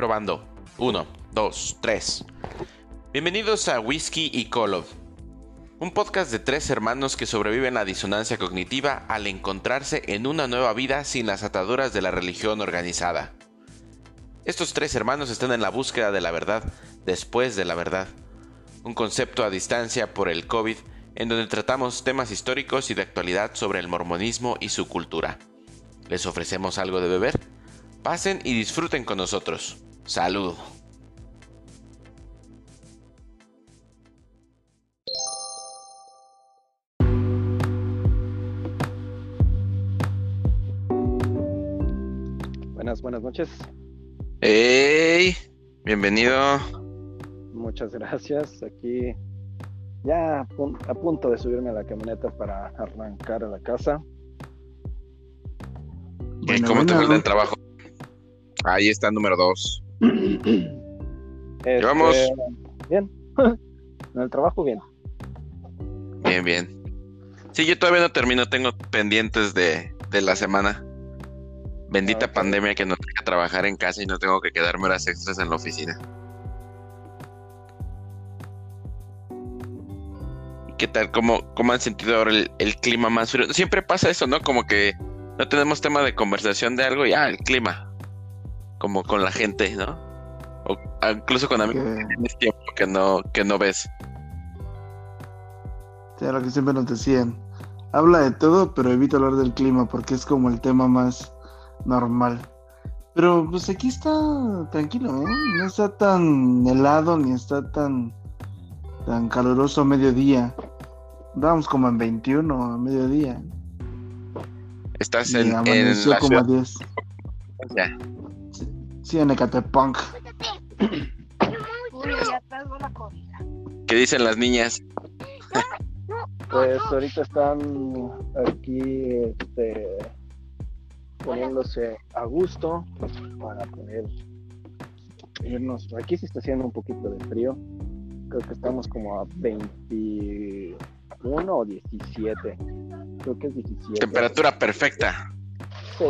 Probando. 1, 2, 3. Bienvenidos a Whisky y Kolob, un podcast de tres hermanos que sobreviven la disonancia cognitiva al encontrarse en una nueva vida sin las ataduras de la religión organizada. Estos tres hermanos están en la búsqueda de la verdad después de la verdad, un concepto a distancia por el COVID en donde tratamos temas históricos y de actualidad sobre el mormonismo y su cultura. ¿Les ofrecemos algo de beber? Pasen y disfruten con nosotros. ¡Salud! Buenas noches. ¡Hey! Bienvenido. Muchas gracias. Aquí ya a punto de subirme a la camioneta para arrancar a la casa. ¿Y cómo te fue en el trabajo? Ahí está el número 2. Llevamos... Bien. En el trabajo, bien. Bien. Sí, yo todavía no termino. Tengo pendientes de la semana. Bendita pandemia que no tengo que trabajar en casa y no tengo que quedarme horas extras en la oficina. ¿Y qué tal? ¿Cómo han sentido ahora el clima más frío? Siempre pasa eso, ¿no? Como que no tenemos tema de conversación de algo y el clima. Como con la gente, ¿no? O incluso con amigos que tienes tiempo que no ves. Sí, lo que siempre nos decían. Habla de todo, pero evita hablar del clima porque es como el tema más normal. Pero pues aquí está tranquilo, ¿eh? No está tan helado ni está tan caluroso a mediodía. Vamos como en 21 a mediodía. Estás y en amaneció la como a ciudad. 10. Ya. Sí, en Ecatepunk. ¿Qué dicen las niñas? Pues ahorita están aquí poniéndose a gusto para poder irnos. Aquí sí está haciendo un poquito de frío. Creo que estamos como a 21 o 17. Creo que es 17. Temperatura perfecta. Sí.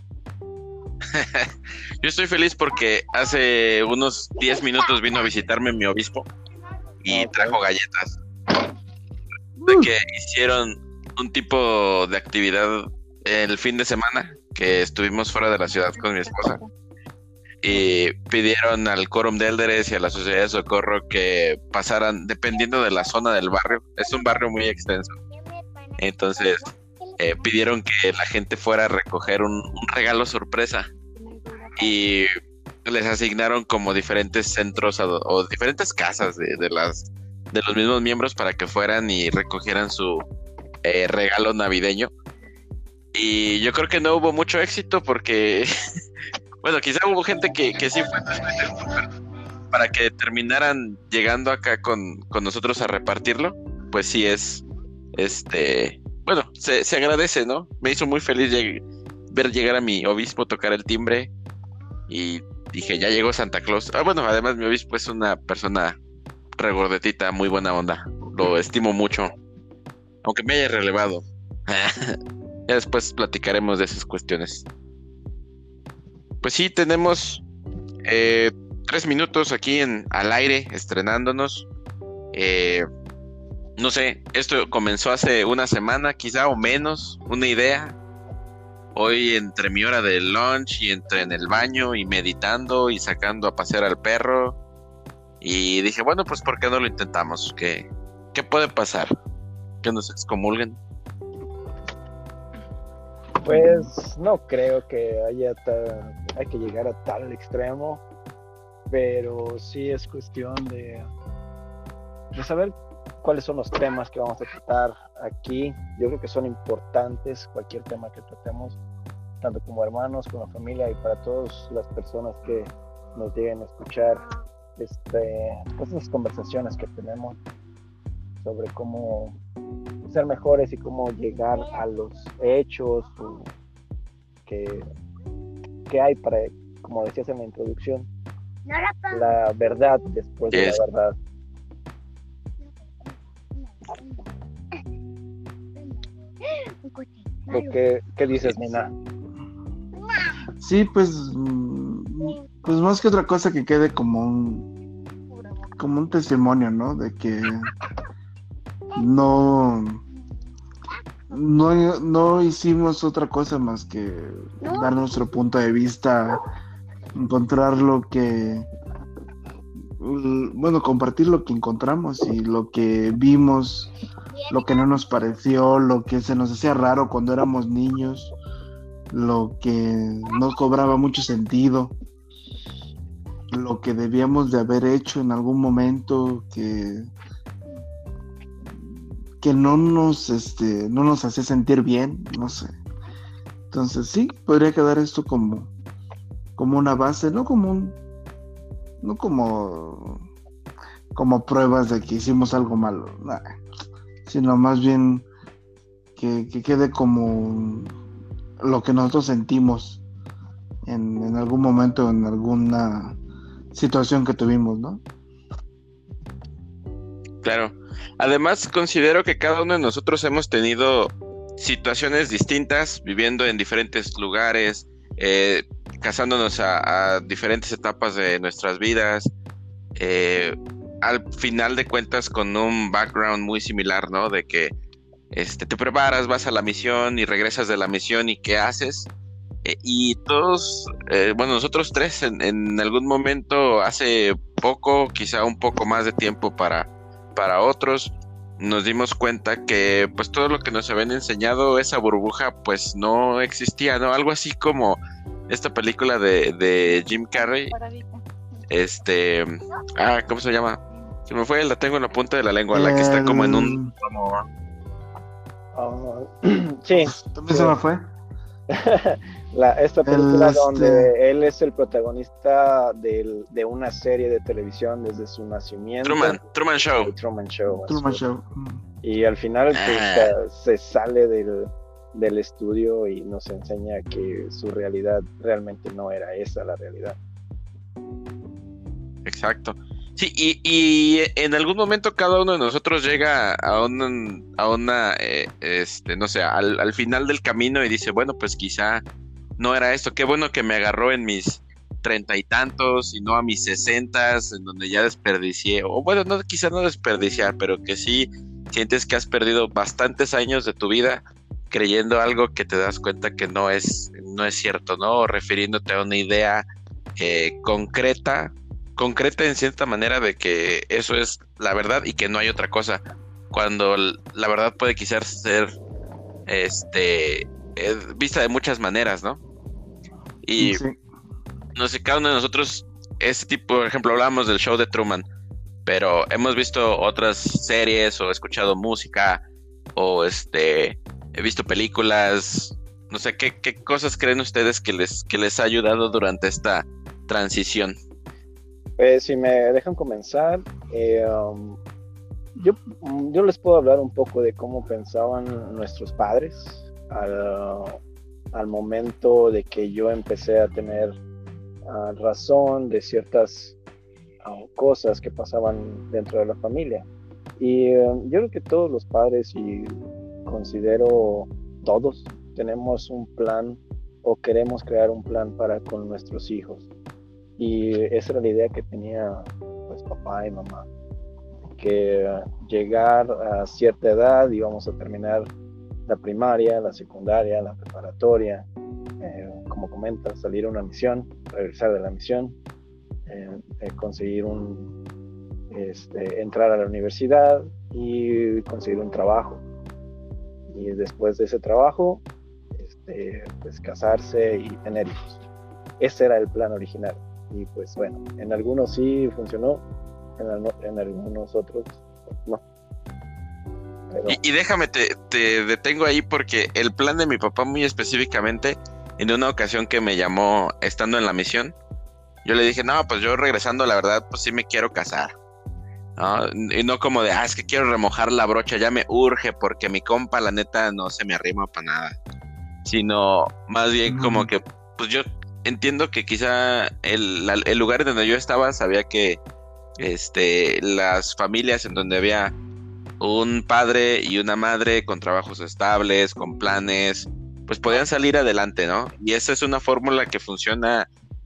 Yo estoy feliz porque hace unos 10 minutos vino a visitarme mi obispo y trajo galletas. De que hicieron un tipo de actividad el fin de semana que estuvimos fuera de la ciudad con mi esposa y pidieron al Quórum de Élderes y a la Sociedad de Socorro que pasaran dependiendo de la zona del barrio. Es un barrio muy extenso. Entonces pidieron que la gente fuera a recoger un regalo sorpresa y les asignaron como diferentes centros o diferentes casas de los mismos miembros para que fueran y recogieran su regalo navideño. Y yo creo que no hubo mucho éxito porque bueno, quizá hubo gente que sí fue para que terminaran llegando acá con nosotros a repartirlo. Pues sí es bueno, se agradece, ¿no? Me hizo muy feliz ver llegar a mi obispo, tocar el timbre y dije, ya llegó Santa Claus. Bueno, además mi obispo es una persona regordetita, muy buena onda. Lo estimo mucho, aunque me haya relevado. Ya después platicaremos de esas cuestiones. Pues sí, tenemos 3 minutos aquí al aire, estrenándonos. No sé, esto comenzó hace una semana, quizá o menos, una idea. Hoy entre mi hora de lunch y entre en el baño y meditando y sacando a pasear al perro. Y dije, bueno, pues ¿por qué no lo intentamos? ¿Qué puede pasar? ¿Que nos excomulguen? Pues no creo que hay que llegar a tal extremo, pero sí es cuestión de saber cuáles son los temas que vamos a tratar aquí. Yo creo que son importantes cualquier tema que tratemos, tanto como hermanos, como familia y para todas las personas que nos lleguen a escuchar pues esas conversaciones que tenemos sobre cómo ser mejores y cómo llegar a los hechos que hay para, como decías en la introducción, la verdad después de la verdad. ¿Qué dices, nena? Sí, pues pues más que otra cosa que quede como un testimonio, ¿no? De que no, no hicimos otra cosa más que dar nuestro punto de vista, encontrar bueno, compartir lo que encontramos y lo que vimos, lo que no nos pareció, lo que se nos hacía raro cuando éramos niños, lo que no cobraba mucho sentido, lo que debíamos de haber hecho en algún momento que no nos hacía sentir bien, no sé. Entonces sí, podría quedar esto como una base, no como pruebas de que hicimos algo malo, nah, sino más bien que quede como lo que nosotros sentimos en algún momento, en alguna situación que tuvimos, ¿no? Claro. Además, considero que cada uno de nosotros hemos tenido situaciones distintas, viviendo en diferentes lugares, casándonos a diferentes etapas de nuestras vidas, al final de cuentas con un background muy similar, ¿no? De que te preparas, vas a la misión y regresas de la misión y ¿qué haces? Y todos, bueno, nosotros tres en algún momento, hace poco, quizá un poco más de tiempo para otros, nos dimos cuenta que pues todo lo que nos habían enseñado, esa burbuja, pues no existía, ¿no? Algo así como esta película de Jim Carrey, ¿cómo se llama? Se me fue, la tengo en la punta de la lengua, la que está como en un... Sí. También se me fue. Esta película donde él es el protagonista de una serie de televisión desde su nacimiento. Truman Show. Truman Show. Y al final se sale del estudio y nos enseña que su realidad realmente no era esa la realidad. Exacto. Sí, y en algún momento cada uno de nosotros llega a una no sé, al final del camino y dice, bueno, pues quizá no era esto, qué bueno que me agarró en mis 30 y tantos y no a mis 60s, en donde ya desperdicié, o bueno, no, quizá no desperdiciar, pero que sí sientes que has perdido bastantes años de tu vida creyendo algo que te das cuenta que no es cierto, ¿no? O refiriéndote a una idea concreta en cierta manera de que eso es la verdad y que no hay otra cosa, cuando la verdad puede quizás ser vista de muchas maneras, ¿no? Y sí. No sé, cada uno de nosotros, por ejemplo, hablábamos del show de Truman, pero hemos visto otras series o escuchado música o he visto películas, no sé, ¿qué cosas creen ustedes que les ha ayudado durante esta transición? Si me dejan comenzar, yo les puedo hablar un poco de cómo pensaban nuestros padres al momento de que yo empecé a tener razón de ciertas cosas que pasaban dentro de la familia. Y yo creo que todos los padres, y considero todos, tenemos un plan o queremos crear un plan para con nuestros hijos. Y esa era la idea que tenía pues papá y mamá, que llegar a cierta edad íbamos a terminar la primaria, la secundaria, la preparatoria, como comentas, salir a una misión, regresar de la misión, conseguir entrar a la universidad y conseguir un trabajo. Y después de ese trabajo, pues casarse y tener hijos. Ese era el plan original. Y pues bueno, en algunos sí funcionó, en algunos otros no. Pero... Y déjame, te detengo ahí porque el plan de mi papá muy específicamente, en una ocasión que me llamó estando en la misión, yo le dije, no, pues yo regresando, la verdad, pues sí me quiero casar, ¿no? Y no como de, es que quiero remojar la brocha, ya me urge porque mi compa, la neta, no se me arrima para nada, sino más bien como que, pues yo entiendo que quizá el lugar donde yo estaba, sabía que las familias en donde había un padre y una madre con trabajos estables, con planes, pues podían salir adelante, ¿no? Y esa es una fórmula que funciona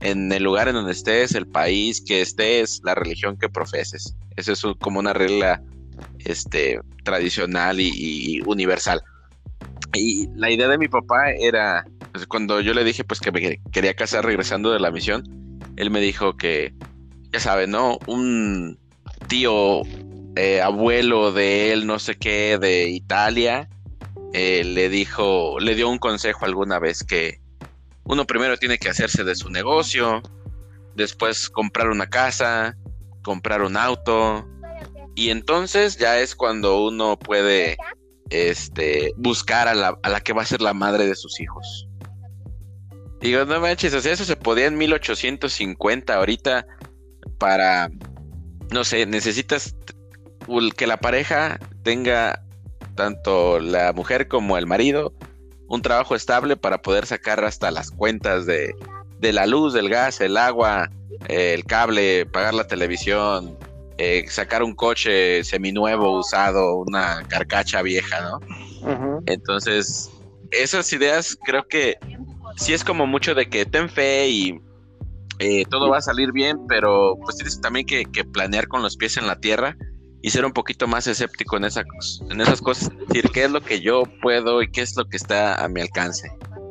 en el lugar en donde estés, el país que estés, la religión que profeses. Eso es como una regla tradicional y universal. Y la idea de mi papá era, pues, cuando yo le dije pues que me quería casar regresando de la misión, él me dijo que, ya sabe, ¿no? Un tío, abuelo de él, no sé qué, de Italia, le dio un consejo alguna vez que uno primero tiene que hacerse de su negocio, después comprar una casa, comprar un auto, y entonces ya es cuando uno puede buscar a la que va a ser la madre de sus hijos. Digo, no manches, o sea, eso se podía en 1850, ahorita para, no sé, necesitas que la pareja tenga, tanto la mujer como el marido, un trabajo estable para poder sacar hasta las cuentas de la luz, del gas, el agua, el cable, pagar la televisión, sacar un coche seminuevo, usado, una carcacha vieja, ¿no? Ujú. Entonces, esas ideas creo que sí es como mucho de que ten fe y todo va a salir bien, pero pues tienes también que planear con los pies en la tierra y ser un poquito más escéptico en esas cosas, es decir, qué es lo que yo puedo y qué es lo que está a mi alcance.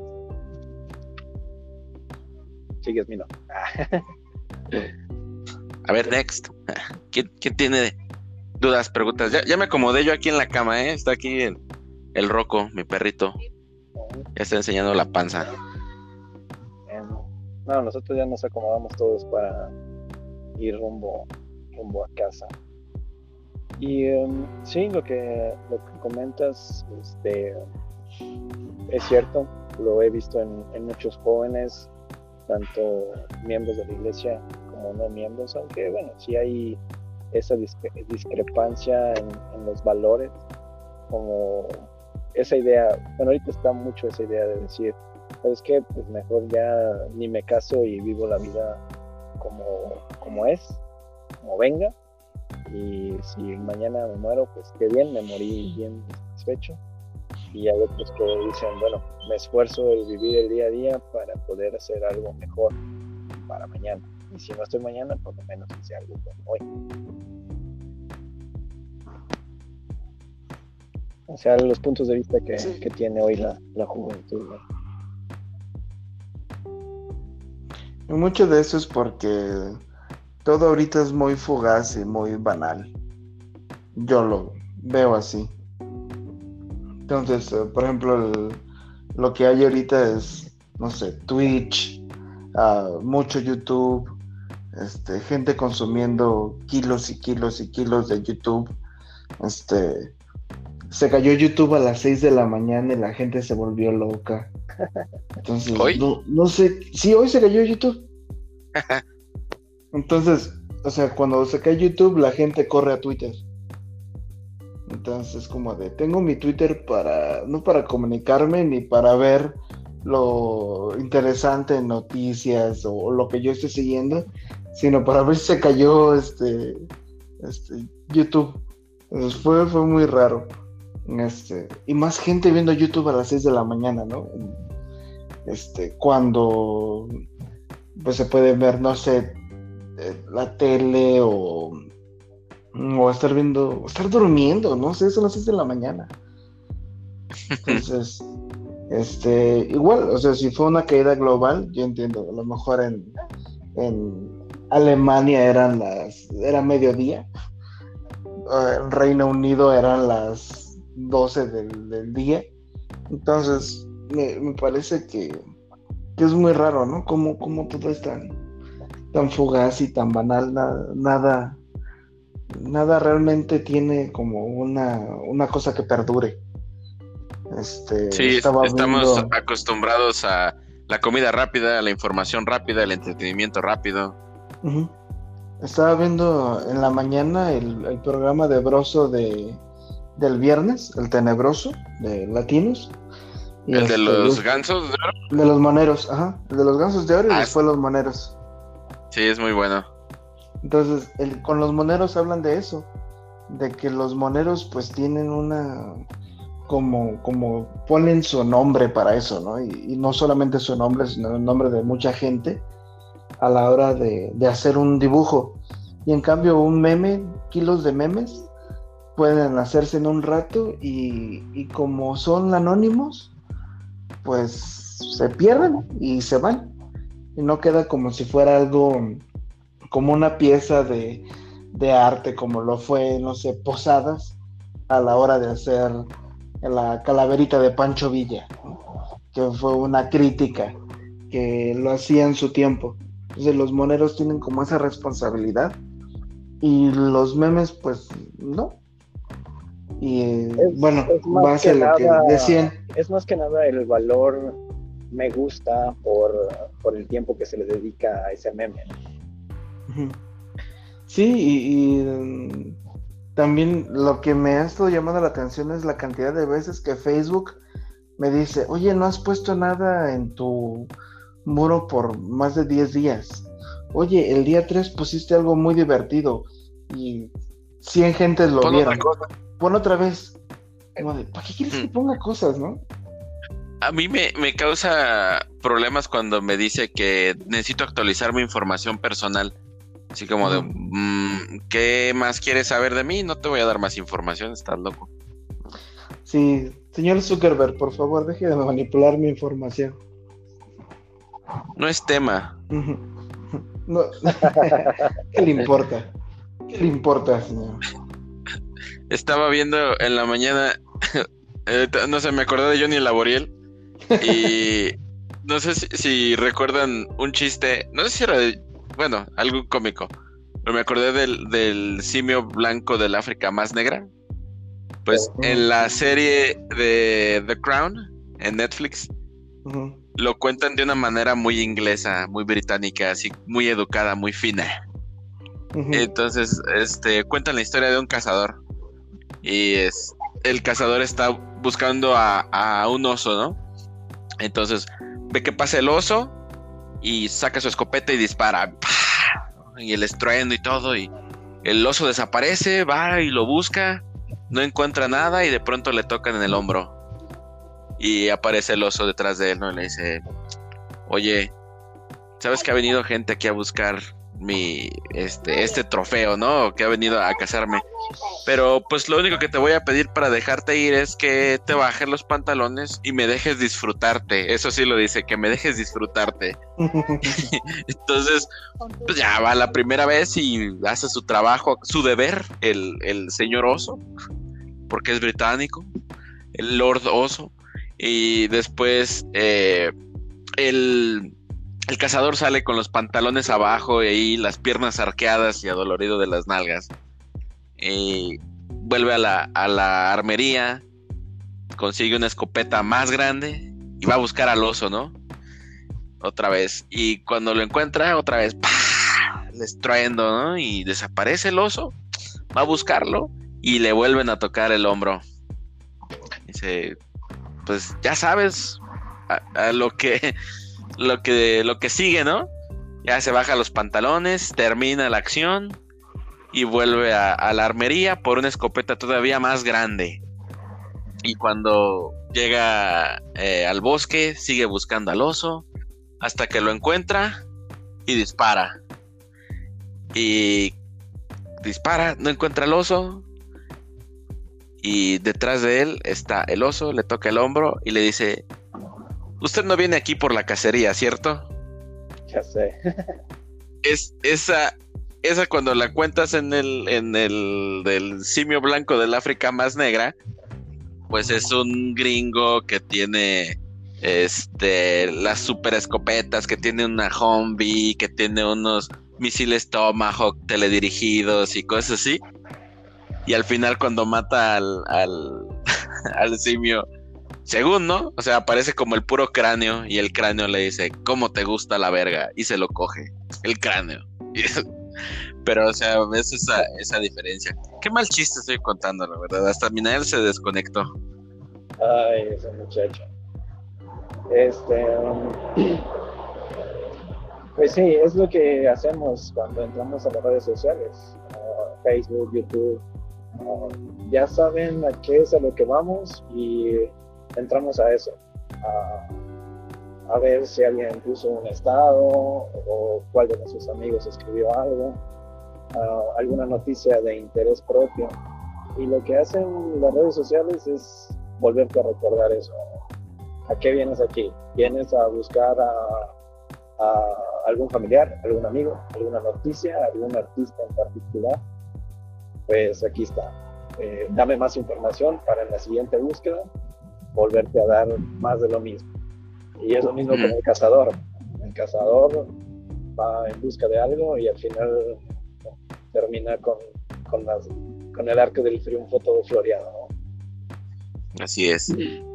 Sigues, Mino. A ver, next. ¿Quién tiene dudas, preguntas? Ya me acomodé yo aquí en la cama, ¿eh? Está aquí el Rocco, mi perrito. Ya está enseñando la panza. No, nosotros ya nos acomodamos todos para ir rumbo a casa. Y sí, lo que comentas es cierto, lo he visto en muchos jóvenes, tanto miembros de la iglesia como no miembros, aunque bueno, sí hay esa discrepancia en los valores, como esa idea, bueno, ahorita está mucho esa idea de decir, ¿sabes qué? Pues mejor ya ni me caso y vivo la vida como es, como venga, y si mañana me muero, pues qué bien, me morí bien satisfecho. Y hay otros que dicen, bueno, me esfuerzo en vivir el día a día para poder hacer algo mejor para mañana, y si no estoy mañana, por lo menos hice algo bueno hoy. O sea, los puntos de vista que tiene hoy la juventud, ¿no? Y mucho de eso es porque todo ahorita es muy fugaz y muy banal. Yo lo veo así. Entonces, por ejemplo, lo que hay ahorita es, no sé, Twitch, mucho YouTube, gente consumiendo kilos y kilos y kilos de YouTube. Se cayó YouTube a las 6 de la mañana y la gente se volvió loca. Entonces, ¿Hoy? No sé. Sí, hoy se cayó YouTube. Entonces, o sea, cuando se cae YouTube, la gente corre a Twitter. Entonces, como de, tengo mi Twitter no para comunicarme ni para ver lo interesante en noticias o lo que yo esté siguiendo, sino para ver si se cayó YouTube. Entonces fue muy raro. Y más gente viendo YouTube a las 6 de la mañana, ¿no? Cuando pues se puede ver, no sé, la tele o estar durmiendo, no sé, son las 6 de la mañana. Entonces, igual, o sea, si fue una caída global, yo entiendo, a lo mejor en Alemania era mediodía, en Reino Unido eran las 12 del día, entonces me parece que es muy raro, ¿no? Como todo es tan fugaz y tan banal, nada realmente tiene como una cosa que perdure. Sí, estamos acostumbrados a la comida rápida, a la información rápida, el entretenimiento rápido. Uh-huh. Estaba viendo en la mañana el programa de Broso del viernes, el tenebroso de Latinos. Y ¿El de los gansos de oro? De los moneros, ajá. El de los gansos de oro y después los moneros. Sí, es muy bueno. Entonces, con los moneros hablan de eso, de que los moneros pues tienen como ponen su nombre para eso, ¿no? Y no solamente su nombre, sino el nombre de mucha gente a la hora de hacer un dibujo. Y en cambio un meme, kilos de memes, pueden hacerse en un rato y como son anónimos, pues se pierden y se van. Y no queda como si fuera algo, como una pieza de arte, como lo fue, no sé, Posadas, a la hora de hacer la calaverita de Pancho Villa, ¿no? Que fue una crítica, que lo hacía en su tiempo. Entonces los moneros tienen como esa responsabilidad y los memes pues no. Y bueno, es más base a que lo que nada, decían. es más que nada el valor me gusta por el tiempo que se le dedica a ese meme. Ujú. Sí, también lo que me ha estado llamando la atención es la cantidad de veces que Facebook me dice, oye, no has puesto nada en tu muro por más de 10 días. Oye, el día 3 pusiste algo muy divertido y 100 gentes lo Pon vieron. otra cosa. Pon otra vez. Como de, ¿para qué quieres que ponga cosas, no? A mí me causa problemas cuando me dice que necesito actualizar mi información personal. Así como de, ¿qué más quieres saber de mí? No te voy a dar más información, estás loco. Sí, señor Zuckerberg, por favor, deje de manipular mi información. No es tema. No. ¿Qué le importa? ¿Qué le importa, señor? Estaba viendo en la mañana, no sé, me acordé de Johnny Laboriel y no sé si recuerdan un chiste, no sé si era bueno, algo cómico, pero me acordé del simio blanco del África más negra. Pues en la serie de The Crown en Netflix lo cuentan de una manera muy inglesa, muy británica, así muy educada, muy fina. Entonces, cuentan la historia de un cazador y el cazador está buscando a un oso, ¿no? Entonces ve que pasa el oso y saca su escopeta y dispara. ¡Pah! Y el estruendo y todo, y el oso desaparece, va y lo busca, no encuentra nada y de pronto le tocan en el hombro y aparece el oso detrás de él, ¿no? Y le dice, oye, ¿sabes que ha venido gente aquí a buscar este trofeo, ¿no? Que ha venido a cazarme. Pero pues lo único que te voy a pedir para dejarte ir es que te bajes los pantalones y me dejes disfrutarte. Eso sí lo dice, que me dejes disfrutarte. Entonces, pues ya va la primera vez y hace su trabajo, su deber, el señor oso, porque es británico, el Lord Oso. Y después el cazador sale con los pantalones abajo y ahí las piernas arqueadas y adolorido de las nalgas. Vuelve a la armería, consigue una escopeta más grande y va a buscar al oso, ¿no? Otra vez. Y cuando lo encuentra, otra vez, ¡pah! Le estruendo, ¿no? Y desaparece el oso. Va a buscarlo y le vuelven a tocar el hombro. Dice, pues ya sabes a lo que sigue, ¿no? Ya se baja los pantalones, termina la acción y vuelve a la armería por una escopeta todavía más grande. Y cuando llega al bosque, sigue buscando al oso hasta que lo encuentra y dispara. Y dispara, no encuentra al oso. Y detrás de él está el oso, le toca el hombro y le dice, usted no viene aquí por la cacería, ¿cierto? Ya sé. Esa cuando la cuentas en el del simio blanco del África más negra, pues es un gringo que tiene las super escopetas, que tiene una Humvee, que tiene unos misiles Tomahawk teledirigidos y cosas así. Y al final cuando mata al simio, según, ¿no? O sea, aparece como el puro cráneo y el cráneo le dice, ¿cómo te gusta la verga? Y se lo coge, el cráneo. Pero, o sea, ves esa diferencia. Qué mal chiste estoy contando, la verdad. Hasta Minael se desconectó. Ay, ese muchacho. Pues sí, es lo que hacemos cuando entramos a las redes sociales, Facebook, YouTube. Ya saben a qué es a lo que vamos y entramos a eso, a ver si alguien puso un estado o cuál de nuestros amigos escribió algo, alguna noticia de interés propio. Y lo que hacen las redes sociales es volverte a recordar eso. ¿A qué vienes aquí? ¿Vienes a buscar a algún familiar, algún amigo, alguna noticia, algún artista en particular? Pues aquí está. Dame más información para en la siguiente búsqueda volverte a dar más de lo mismo. Y es lo mismo con el cazador. El cazador va en busca de algo y al final termina con el arco del triunfo todo floreado, ¿no? Así es.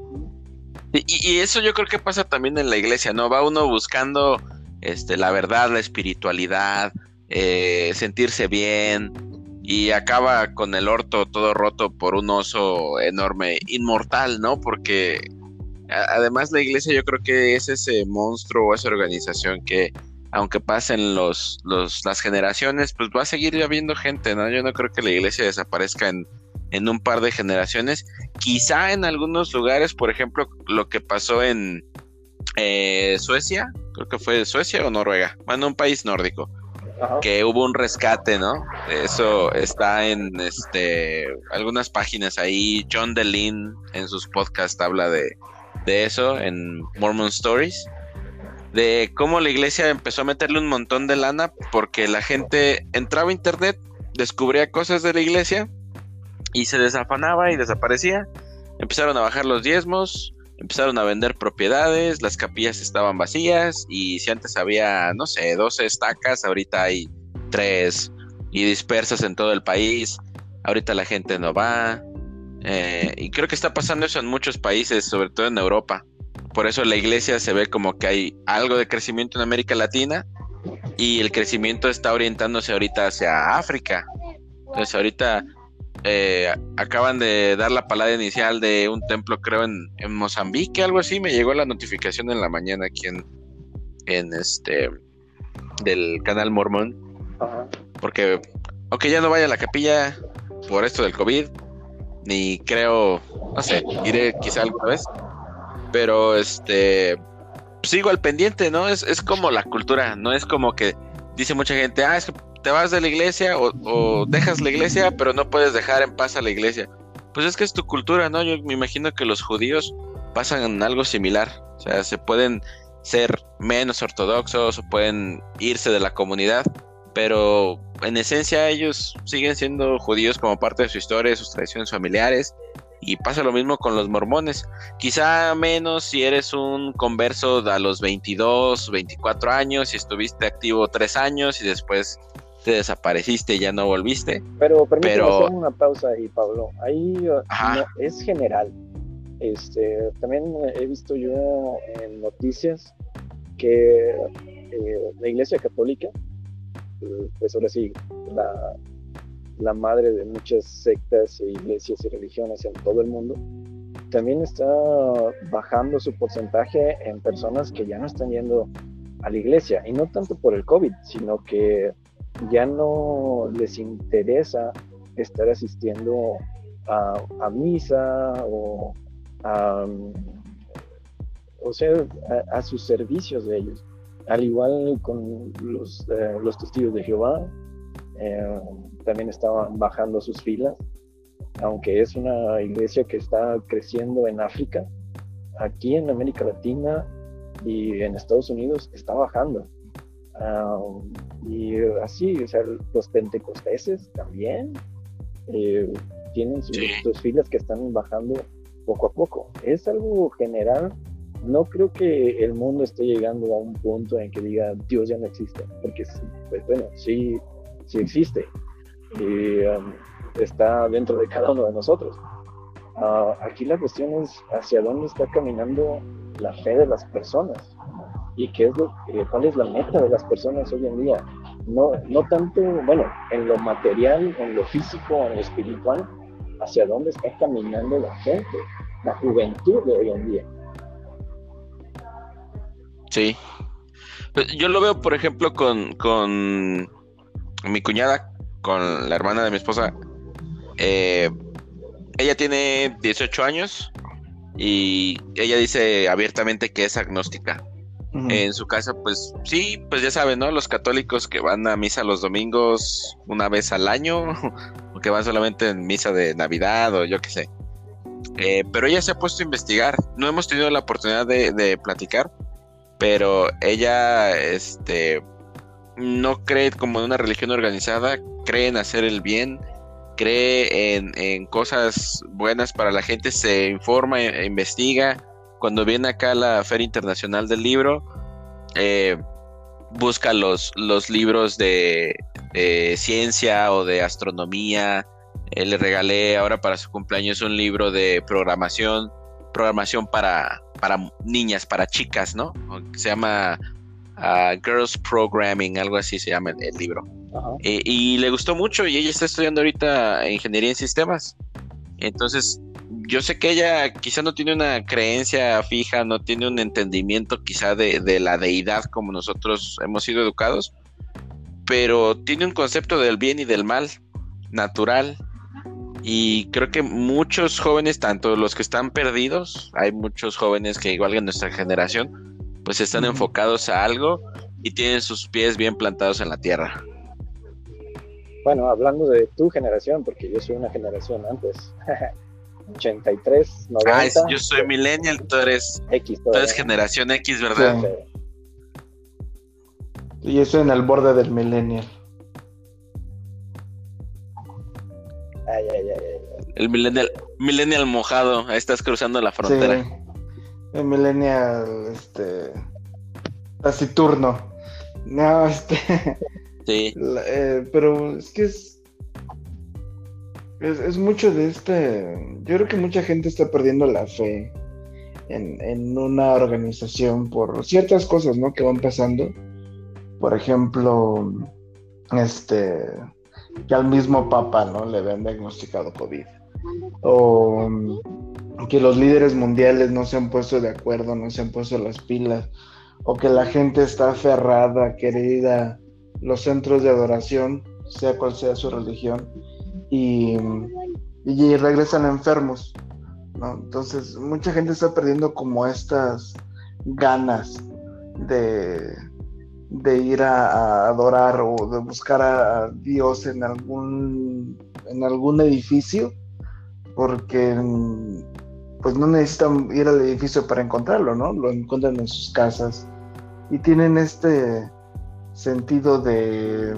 Y eso yo creo que pasa también en la iglesia, ¿no? Va uno buscando la verdad, la espiritualidad, sentirse bien, y acaba con el orto todo roto por un oso enorme, inmortal, ¿no? Porque además la iglesia yo creo que es ese monstruo o esa organización que aunque pasen las generaciones, pues va a seguir habiendo gente, ¿no? Yo no creo que la iglesia desaparezca en un par de generaciones. Quizá en algunos lugares, por ejemplo, lo que pasó en Suecia, creo que fue Suecia o Noruega, bueno, un país nórdico. Ajá. Que hubo un rescate, ¿no? Eso está en algunas páginas ahí. John DeLean en sus podcasts habla de eso en Mormon Stories, de cómo la iglesia empezó a meterle un montón de lana porque la gente entraba a internet, descubría cosas de la iglesia y se desafanaba y desaparecía. Empezaron a bajar los diezmos, empezaron a vender propiedades, las capillas estaban vacías y si antes había, no sé, 12 estacas, ahorita hay 3 y dispersas en todo el país. Ahorita la gente no va. Y creo que está pasando eso en muchos países, sobre todo en Europa. Por eso la iglesia se ve como que hay algo de crecimiento en América Latina y el crecimiento está orientándose ahorita hacia África. Entonces ahorita acaban de dar la palabra inicial de un templo, creo en Mozambique, algo así. Me llegó la notificación en la mañana aquí en del canal Mormón. Ajá. Porque aunque ya no vaya a la capilla por esto del COVID, ni creo, no sé, iré quizá alguna vez, pero sigo al pendiente, ¿no? Es como la cultura, no es como que dice mucha gente, es que te vas de la iglesia o dejas la iglesia, pero no puedes dejar en paz a la iglesia. Pues es que es tu cultura, ¿no? Yo me imagino que los judíos pasan algo similar. O sea, se pueden ser menos ortodoxos o pueden irse de la comunidad, pero en esencia ellos siguen siendo judíos como parte de su historia, de sus tradiciones familiares. Y pasa lo mismo con los mormones. Quizá menos si eres un converso a los 22, 24 años y estuviste activo 3 años y después te desapareciste y ya no volviste. Pero permíteme hacer una pausa ahí, Pablo. Ahí no, es general. También he visto yo en noticias que la Iglesia Católica, pues ahora sí, la madre de muchas sectas e iglesias y religiones en todo el mundo, también está bajando su porcentaje en personas que ya no están yendo a la iglesia, y no tanto por el COVID, sino que ya no les interesa estar asistiendo a misa o a sus servicios de ellos, al igual con los testigos de Jehová. También estaban bajando sus filas, aunque es una iglesia que está creciendo en África. Aquí en América Latina y en Estados Unidos está bajando, y así, o sea, los pentecosteses también tienen sus filas que están bajando poco a poco. Es algo general. No creo que el mundo esté llegando a un punto en que diga Dios ya no existe, porque pues bueno, sí existe y está dentro de cada uno de nosotros. Aquí la cuestión es hacia dónde está caminando la fe de las personas y cuál es la meta de las personas hoy en día. No tanto, bueno, en lo material, en lo físico, en lo espiritual, hacia dónde está caminando la gente, la juventud de hoy en día. Sí. Yo lo veo, por ejemplo, con mi cuñada, con la hermana de mi esposa. Ella tiene 18 años y ella dice abiertamente que es agnóstica. En su casa, pues sí, pues ya saben, ¿no? Los católicos que van a misa los domingos una vez al año, o que van solamente en misa de Navidad o yo qué sé. Pero ella se ha puesto a investigar. No hemos tenido la oportunidad de platicar, pero ella, no cree como en una religión organizada, cree en hacer el bien, cree en cosas buenas para la gente, se informa, investiga. Cuando viene acá a la Feria Internacional del Libro, busca los libros de ciencia o de astronomía. Le regalé ahora para su cumpleaños un libro de programación para niñas, para chicas, ¿no? Se llama Girls Programming, algo así se llama el libro. Y le gustó mucho y ella está estudiando ahorita ingeniería en sistemas. Entonces, yo sé que ella quizá no tiene una creencia fija, no tiene un entendimiento quizá de la deidad como nosotros hemos sido educados, pero tiene un concepto del bien y del mal natural. Y creo que muchos jóvenes, tanto los que están perdidos, hay muchos jóvenes que igual que nuestra generación, pues están enfocados a algo y tienen sus pies bien plantados en la tierra. Bueno, hablando de tu generación, porque yo soy una generación antes, 83, 90. Yo soy millennial, tú eres X. Tú eres generación X, ¿verdad? Sí. Y yo estoy en el borde del millennial. Ay. El millennial mojado, ahí estás cruzando la frontera. Sí. El millennial, taciturno. No, Sí. Pero es que es mucho de yo creo que mucha gente está perdiendo la fe en una organización por ciertas cosas, ¿no? Que van pasando. Por ejemplo, que al mismo Papa, ¿no? Le habían diagnosticado COVID. O que los líderes mundiales no se han puesto de acuerdo, no se han puesto las pilas. O que la gente está aferrada a querer ir a los centros de adoración, sea cual sea su religión, y regresan enfermos, ¿no? Entonces, mucha gente está perdiendo como estas ganas de ir a adorar o de buscar a Dios en algún edificio, porque pues no necesitan ir al edificio para encontrarlo, ¿no? Lo encuentran en sus casas y tienen este sentido de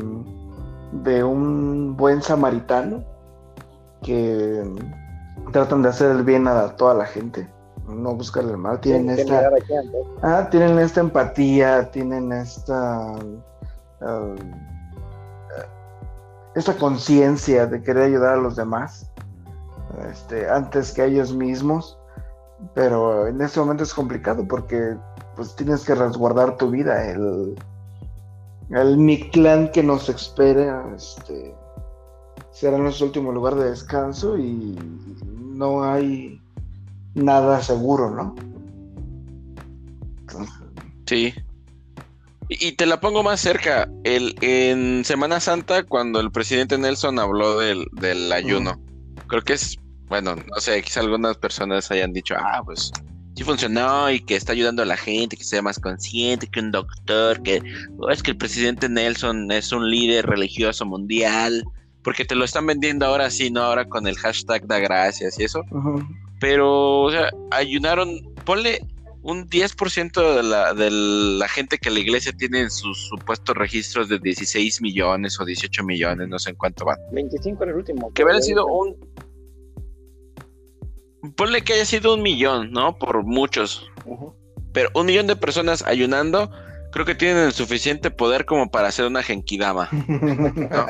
un buen samaritano que tratan de hacer el bien a toda la gente, no buscar el mal. Tienen esta empatía, tienen esta conciencia de querer ayudar a los demás antes que a ellos mismos, pero en este momento es complicado porque pues tienes que resguardar tu vida. El Mictlán que nos espera será nuestro último lugar de descanso y no hay nada seguro, ¿no? Sí. Y te la pongo más cerca. En Semana Santa, cuando el presidente Nelson habló del ayuno, creo que bueno, no sé, quizá algunas personas hayan dicho, pues sí funcionó y que está ayudando a la gente, que sea más consciente, que un doctor, que es que el presidente Nelson es un líder religioso mundial, porque te lo están vendiendo ahora sí, no ahora con el hashtag da gracias y eso. Pero, o sea, ayunaron, ponle un 10% de la gente que la iglesia tiene en sus supuestos registros de 16 millones o 18 millones, no sé en cuánto van. 25 en el último. Que hubiera sido ponle que haya sido 1 millón, ¿no? Por muchos. Pero 1 millón de personas ayunando, creo que tienen el suficiente poder como para hacer una genkidama, ¿no?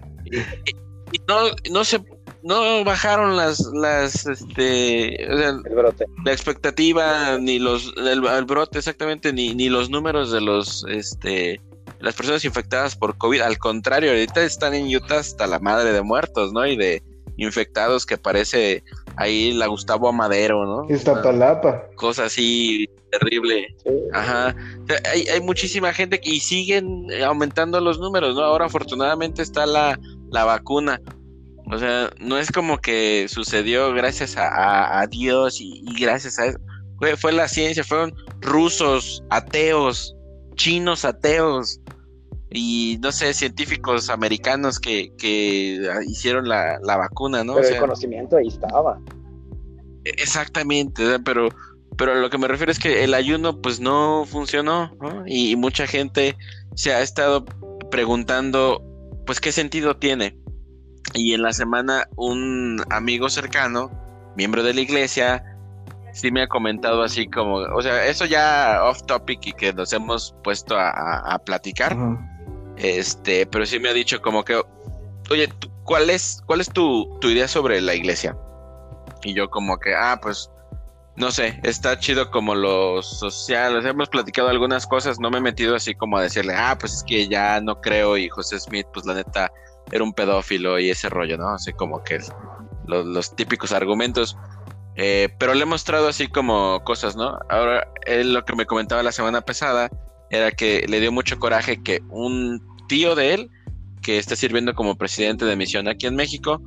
Y no bajaron las o sea, el brote. La expectativa, ni el brote exactamente, ni los números de las personas infectadas por COVID. Al contrario, ahorita están en Utah hasta la madre de muertos, ¿no? Y de infectados que parece ahí la Gustavo Amadero, ¿no? Iztapalapa. Cosa así terrible. Sí. Ajá. O sea, hay muchísima gente y siguen aumentando los números, ¿no? Ahora afortunadamente está la vacuna. O sea, no es como que sucedió gracias a Dios y gracias a eso. fue la ciencia, fueron rusos ateos, chinos ateos y no sé, científicos americanos que hicieron la vacuna, ¿no? Pero O el sea, conocimiento ahí estaba. exactamente, ¿verdad? Pero a lo que me refiero es que el ayuno pues no funcionó, ¿no? Y mucha gente se ha estado preguntando pues qué sentido tiene. Y en la semana un amigo cercano, miembro de la iglesia, sí me ha comentado así como, o sea, eso ya off topic y que nos hemos puesto a platicar, Ajá. pero sí me ha dicho como que, oye, ¿cuál es tu idea sobre la iglesia? Y yo como que, pues, no sé, está chido como lo social, o sea, hemos platicado algunas cosas, no me he metido así como a decirle, pues es que ya no creo y José Smith, pues la neta, era un pedófilo y ese rollo, ¿no? Así como que los típicos argumentos. Pero le he mostrado así como cosas, ¿no? Ahora, él lo que me comentaba la semana pasada era que le dio mucho coraje que un tío de él, que está sirviendo como presidente de misión aquí en México,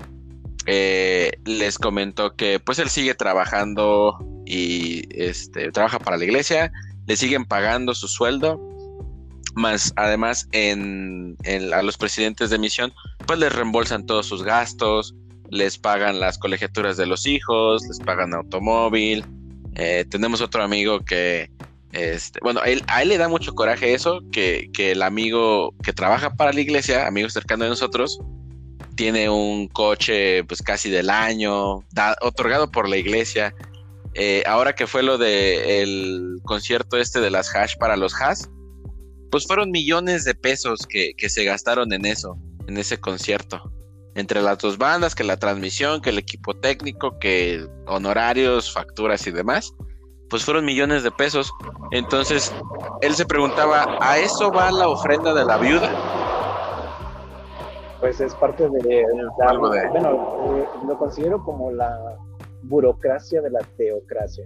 les comentó que pues él sigue trabajando y trabaja para la iglesia, le siguen pagando su sueldo, más además a los presidentes de misión pues les reembolsan todos sus gastos, les pagan las colegiaturas de los hijos, les pagan automóvil. Tenemos otro amigo que a él le da mucho coraje eso, que el amigo que trabaja para la iglesia, amigo cercano de nosotros, tiene un coche pues casi del año, otorgado por la iglesia. Ahora que fue lo de el concierto de las Hash para los Hash, pues fueron millones de pesos que se gastaron en eso, en ese concierto. Entre las dos bandas, que la transmisión, que el equipo técnico, que honorarios, facturas y demás, pues fueron millones de pesos. Entonces, él se preguntaba, ¿a eso va la ofrenda de la viuda? Pues es parte de bueno, lo considero como la burocracia de la teocracia.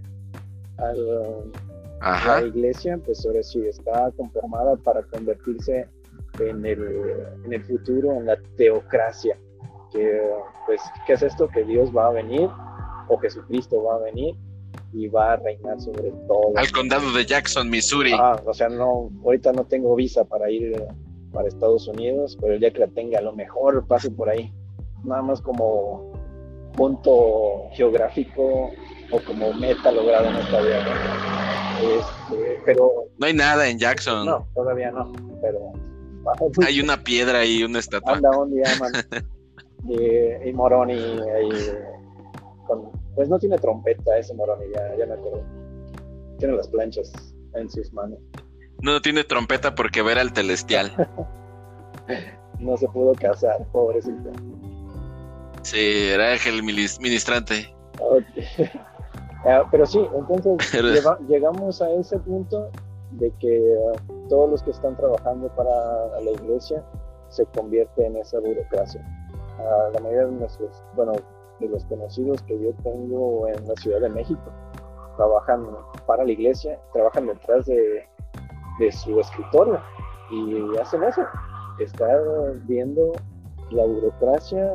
La iglesia, pues ahora sí está conformada para convertirse en el futuro en la teocracia. Pues, ¿qué es esto? Que Dios va a venir, o Jesucristo va a venir y va a reinar sobre todo. Al condado de Jackson, Missouri. O sea, no, ahorita no tengo visa para ir para Estados Unidos, pero el día que la tenga, a lo mejor paso por ahí, nada más como punto geográfico o como meta lograda en esta vida, ¿no? Pero no hay nada en Jackson. No, todavía no, pero hay una piedra y una estatua. Anda, un día, man. Y Moroni ahí pues no tiene trompeta ese Moroni, ya me acuerdo. Tiene las planchas en sus manos. No tiene trompeta porque ver al celestial. No se pudo casar, pobrecito. Sí, era ángel ministrante. Okay. Pero sí, entonces llegamos a ese punto de que todos los que están trabajando para la iglesia se convierte en esa burocracia. La mayoría de los conocidos que yo tengo en la Ciudad de México trabajan para la iglesia, trabajan detrás de su escritorio y hacen eso, estar viendo la burocracia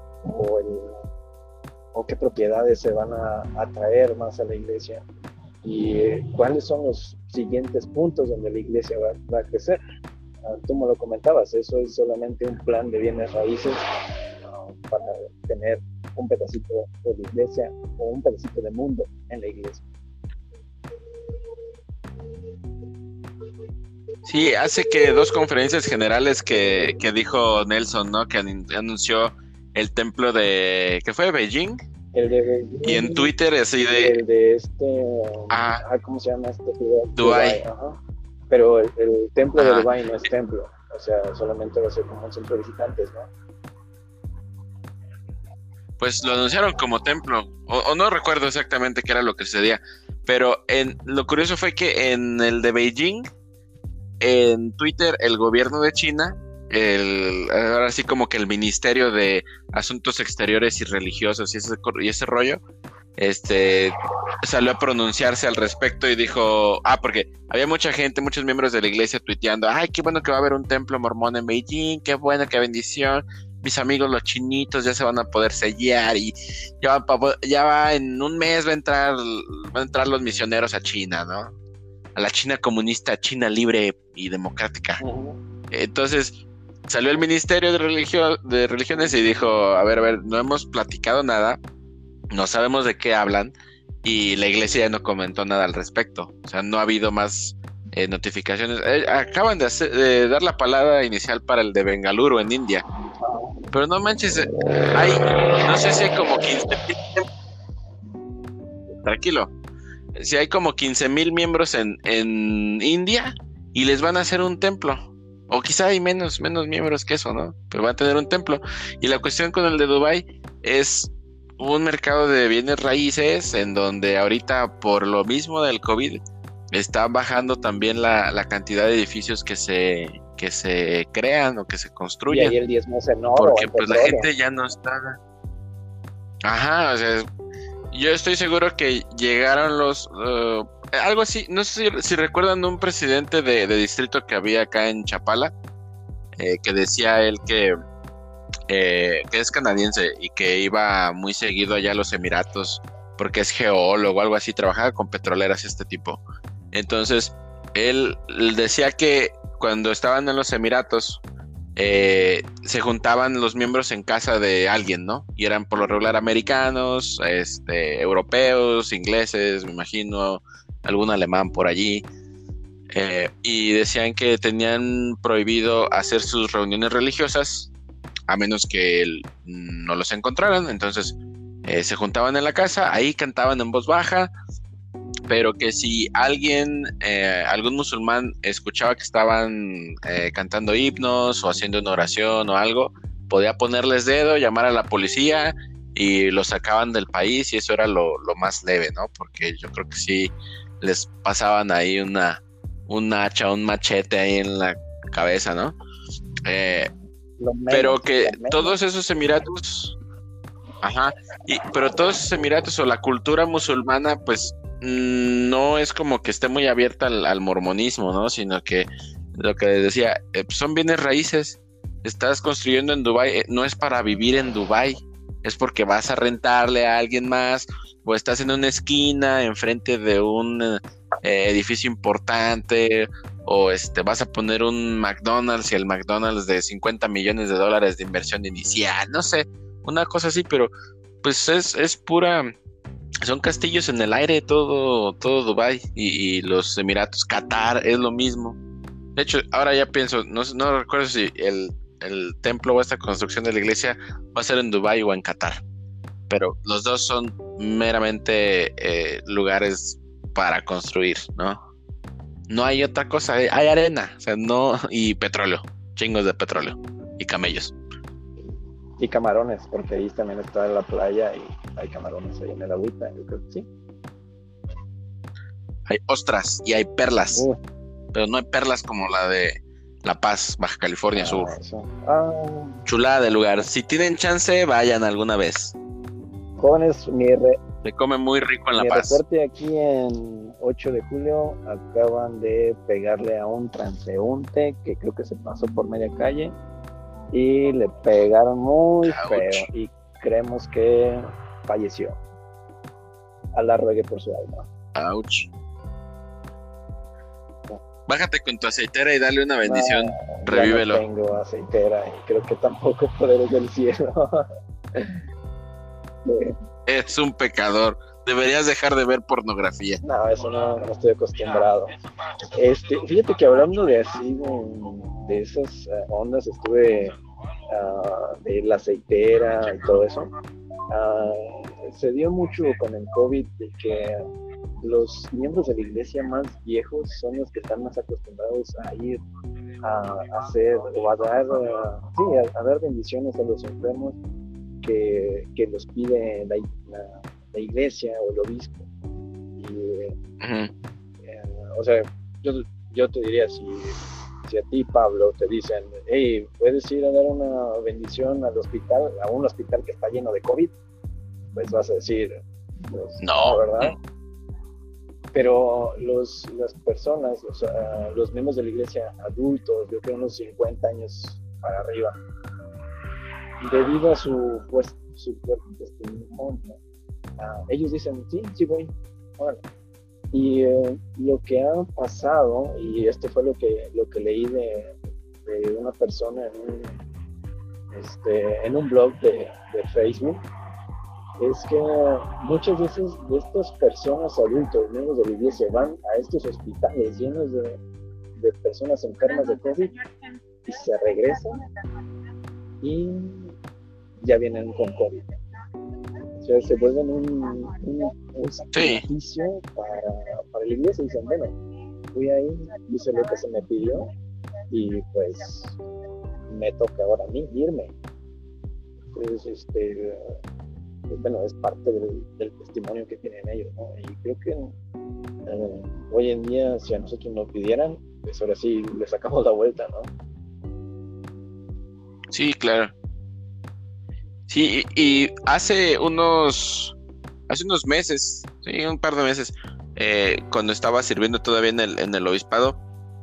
o qué propiedades se van a atraer más a la iglesia y cuáles son los siguientes puntos donde la iglesia va a crecer. Tú me lo comentabas, eso es solamente un plan de bienes raíces para tener un pedacito de la iglesia o un pedacito de mundo en la iglesia. Sí, hace que 2 conferencias generales que dijo Nelson, ¿no? Que anunció el templo ¿qué fue? ¿Beijing? El de Beijing. Y en Twitter así de... El de ¿cómo se llama esta ciudad? Dubái. Pero el templo de Dubái no es templo, o sea, solamente va a ser como un centro de visitantes, ¿no? Pues lo anunciaron como templo, o no recuerdo exactamente qué era lo que sucedía, pero lo curioso fue que en el de Beijing, en Twitter, el gobierno de China, ahora sí como que el Ministerio de Asuntos Exteriores y Religiosos y ese rollo, salió a pronunciarse al respecto y dijo, porque había mucha gente, muchos miembros de la iglesia tuiteando, qué bueno que va a haber un templo mormón en Beijing, qué bueno, qué bendición, mis amigos los chinitos ya se van a poder sellar y en un mes va a entrar los misioneros a China, ¿no? A la China comunista, China libre y democrática. Entonces salió el Ministerio de Religiones y dijo, a ver, no hemos platicado nada, no sabemos de qué hablan, y la iglesia ya no comentó nada al respecto. O sea, no ha habido más notificaciones. Acaban de dar la palabra inicial para el de Bengaluru en India. Pero no manches, no sé si hay como 15,000. Tranquilo. Si hay como 15,000 miembros en India y les van a hacer un templo. O quizá hay menos miembros que eso, ¿no? Pero van a tener un templo. Y la cuestión con el de Dubái es un mercado de bienes raíces en donde ahorita, por lo mismo del COVID, está bajando también la cantidad de edificios que se crean o que se construyen. Y ahí el diezmo es en oro. Porque pues la gente ya no está. Ajá, o sea, yo estoy seguro que llegaron algo así, no sé si recuerdan un presidente de distrito que había acá en Chapala, que decía él que es canadiense y que iba muy seguido allá a los Emiratos porque es geólogo o algo así, trabajaba con petroleras este tipo. Entonces, él decía que cuando estaban en los Emiratos, se juntaban los miembros en casa de alguien, ¿no? Y eran por lo regular americanos, europeos, ingleses, me imagino, algún alemán por allí. Y decían que tenían prohibido hacer sus reuniones religiosas a menos que no los encontraran. Entonces se juntaban en la casa, ahí cantaban en voz baja, pero que si algún musulmán escuchaba que estaban cantando himnos o haciendo una oración o algo, podía ponerles dedo, llamar a la policía y los sacaban del país, y eso era lo más leve, ¿no? Porque yo creo que sí les pasaban ahí un hacha, un machete ahí en la cabeza, ¿no? Pero que todos esos Emiratos, pero todos esos Emiratos o la cultura musulmana, pues no es como que esté muy abierta al mormonismo, ¿no? Sino que lo que les decía, son bienes raíces. Estás construyendo en Dubái, no es para vivir en Dubái, es porque vas a rentarle a alguien más, o estás en una esquina enfrente de un edificio importante, o vas a poner un McDonald's, y el McDonald's de $50 millones de inversión inicial, no sé, una cosa así, pero pues es pura. Son castillos en el aire, todo Dubái y los Emiratos. Qatar es lo mismo. De hecho, ahora ya pienso, no recuerdo si el templo o esta construcción de la iglesia va a ser en Dubái o en Qatar, pero los dos son meramente lugares para construir, ¿no? No hay otra cosa, hay arena, o sea, no, y petróleo, chingos de petróleo y camellos. Y camarones, porque ahí también está la playa y hay camarones ahí en el agüita, yo creo que sí. Hay ostras y hay perlas, pero no hay perlas como la de La Paz, Baja California Sur. Chulada de lugar. Si tienen chance, vayan alguna vez. Jóvenes, se come muy rico en La Paz. Reporte aquí en 8 de julio, acaban de pegarle a un transeúnte que creo que se pasó por media calle y le pegaron muy feo y creemos que falleció. Alá ruegue por su alma. Ouch. Bájate con tu aceitera y dale una bendición. Revívelo. No tengo aceitera y creo que tampoco poderes del cielo. Es un pecador. Deberías dejar de ver pornografía. No, eso no estoy acostumbrado. Fíjate que hablando de así, de esas ondas, estuve de la aceitera y todo eso. Se dio mucho con el COVID de que los miembros de la iglesia más viejos son los que están más acostumbrados a ir a hacer o a dar bendiciones a los enfermos que los pide la iglesia o el obispo. O sea, yo te diría, si a ti, Pablo, te dicen, hey, puedes ir a dar una bendición al hospital, a un hospital que está lleno de COVID, pues vas a decir, pues, no, ¿verdad? Pero las personas, los miembros de la iglesia adultos, yo creo unos 50 años para arriba, debido a su fuerte testimonio, ellos dicen, sí, sí voy, órale. Y lo que ha pasado, y esto fue lo que leí de una persona en un blog de Facebook, es que muchas veces de estas personas adultos, miembros de la iglesia, van a estos hospitales llenos de personas enfermas de COVID y se regresan y ya vienen con COVID. O sea, se vuelven un sacrificio para la iglesia. Dicen, bueno, fui ahí, hice lo que se me pidió y pues me toca ahora a mí irme. Entonces, bueno, es parte del testimonio que tienen ellos, ¿no? Y creo que hoy en día, si a nosotros nos pidieran, pues ahora sí le sacamos la vuelta, ¿no? Sí, claro. Sí, y hace unos meses, sí, un par de meses, cuando estaba sirviendo todavía en el obispado,